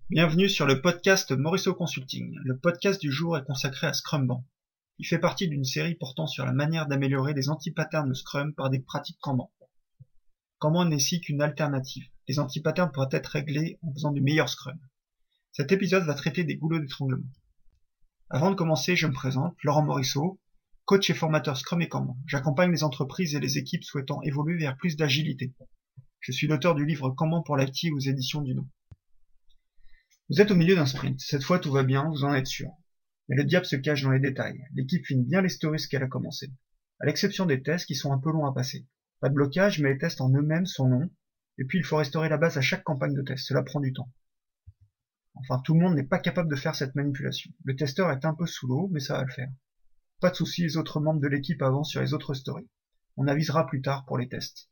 Bienvenue sur le podcast Morisseau Consulting. Le podcast du jour est consacré à Scrumban. Il fait partie d'une série portant sur la manière d'améliorer les anti-patterns de Scrum par des pratiques Kanban. Kanban n'est ici qu'une alternative. Les anti-patterns pourraient être réglés en faisant du meilleur Scrum. Cet épisode va traiter des goulots d'étranglement. Avant de commencer, je me présente, Laurent Morisseau, coach et formateur Scrum et Kanban. J'accompagne les entreprises et les équipes souhaitant évoluer vers plus d'agilité. Je suis l'auteur du livre Kanban pour l'IT aux éditions Duno. Vous êtes au milieu d'un sprint. Cette fois, tout va bien, vous en êtes sûr. Mais le diable se cache dans les détails. L'équipe finit bien les stories qu'elle a commencé. À l'exception des tests qui sont un peu longs à passer. Pas de blocage, mais les tests en eux-mêmes sont longs. Et puis, il faut restaurer la base à chaque campagne de test. Cela prend du temps. Enfin, tout le monde n'est pas capable de faire cette manipulation. Le testeur est un peu sous l'eau, mais ça va le faire. Pas de soucis, les autres membres de l'équipe avancent sur les autres stories. On avisera plus tard pour les tests.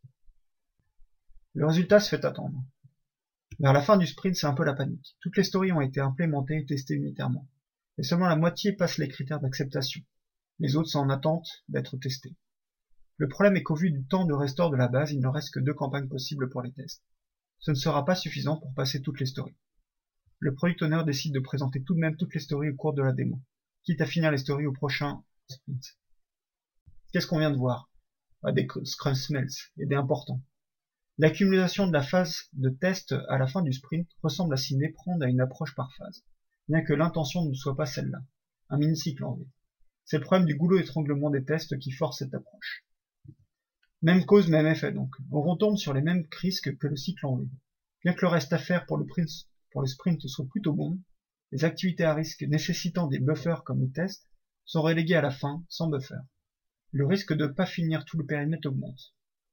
Le résultat se fait attendre. Vers la fin du sprint, c'est un peu la panique. Toutes les stories ont été implémentées et testées unitairement. Et seulement la moitié passe les critères d'acceptation. Les autres sont en attente d'être testés. Le problème est qu'au vu du temps de restore de la base, il ne reste que 2 campagnes possibles pour les tests. Ce ne sera pas suffisant pour passer toutes les stories. Le product owner décide de présenter tout de même toutes les stories au cours de la démo, quitte à finir les stories au prochain sprint. Qu'est-ce qu'on vient de voir? Des Scrum Smells et des importants. L'accumulation de la phase de test à la fin du sprint ressemble à s'y méprendre à une approche par phase, bien que l'intention ne soit pas celle-là, un mini-cycle en V. C'est le problème du goulot d'étranglement des tests qui force cette approche. Même cause, même effet donc. On retombe sur les mêmes risques que le cycle en V. Bien que le reste à faire pour le sprint soit plutôt bon, les activités à risque nécessitant des buffers comme les tests sont reléguées à la fin sans buffer. Le risque de ne pas finir tout le périmètre augmente.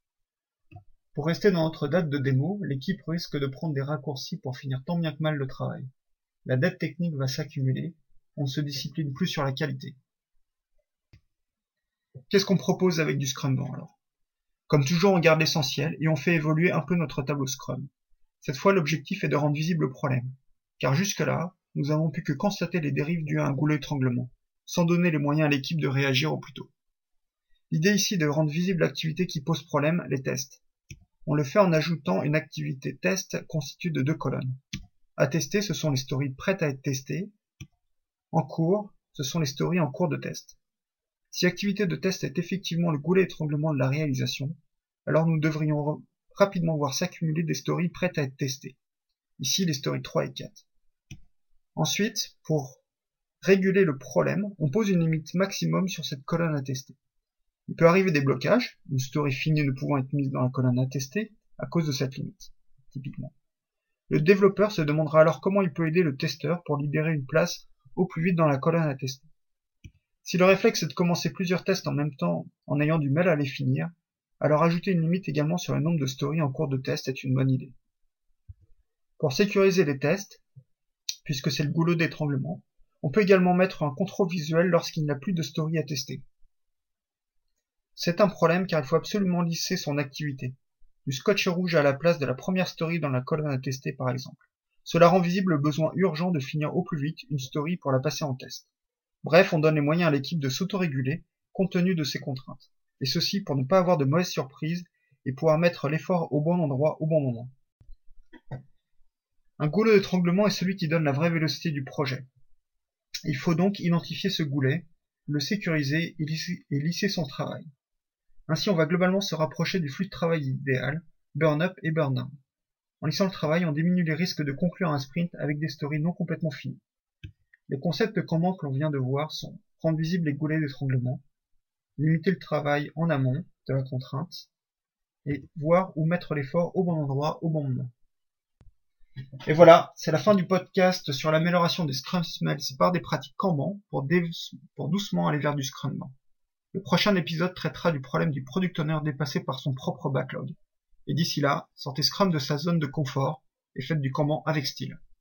Pour rester dans notre date de démo, l'équipe risque de prendre des raccourcis pour finir tant bien que mal le travail. La dette technique va s'accumuler, on ne se discipline plus sur la qualité. Qu'est-ce qu'on propose avec du Scrumban alors? Comme toujours, on garde l'essentiel et on fait évoluer un peu notre tableau Scrum. Cette fois, l'objectif est de rendre visible le problème, car jusque-là, nous avons pu que constater les dérives dues à un goulot d'étranglement, sans donner les moyens à l'équipe de réagir au plus tôt. L'idée ici est de rendre visible l'activité qui pose problème, les tests. On le fait en ajoutant une activité test constituée de 2 colonnes. À tester, ce sont les stories prêtes à être testées. En cours, ce sont les stories en cours de test. Si l'activité de test est effectivement le goulet d'étranglement de la réalisation, alors nous devrions rapidement voir s'accumuler des stories prêtes à être testées. Ici, les stories 3 et 4. Ensuite, pour réguler le problème, on pose une limite maximum sur cette colonne à tester. Il peut arriver des blocages, une story finie ne pouvant être mise dans la colonne à tester à cause de cette limite, typiquement. Le développeur se demandera alors comment il peut aider le testeur pour libérer une place au plus vite dans la colonne à tester. Si le réflexe est de commencer plusieurs tests en même temps en ayant du mal à les finir, alors ajouter une limite également sur le nombre de stories en cours de test est une bonne idée. Pour sécuriser les tests, puisque c'est le goulot d'étranglement, on peut également mettre un contrôle visuel lorsqu'il n'y a plus de story à tester. C'est un problème car il faut absolument lisser son activité. Du scotch rouge à la place de la première story dans la colonne à tester par exemple. Cela rend visible le besoin urgent de finir au plus vite une story pour la passer en test. Bref, on donne les moyens à l'équipe de s'autoréguler compte tenu de ces contraintes. Et ceci pour ne pas avoir de mauvaises surprises et pouvoir mettre l'effort au bon endroit au bon moment. Un goulot d'étranglement est celui qui donne la vraie vélocité du projet. Il faut donc identifier ce goulet, le sécuriser et lisser son travail. Ainsi, on va globalement se rapprocher du flux de travail idéal, burn-up et burn-down. En lissant le travail, on diminue les risques de conclure un sprint avec des stories non complètement finies. Les concepts de Kanban que l'on vient de voir sont rendre visibles les goulets d'étranglement, limiter le travail en amont de la contrainte, et voir où mettre l'effort au bon endroit au bon moment. Et voilà, c'est la fin du podcast sur l'amélioration des Scrum Smells par des pratiques Kanban pour doucement aller vers du Scrumban. Le prochain épisode traitera du problème du product owner dépassé par son propre backlog. Et d'ici là, sortez Scrum de sa zone de confort et faites du Kanban avec style.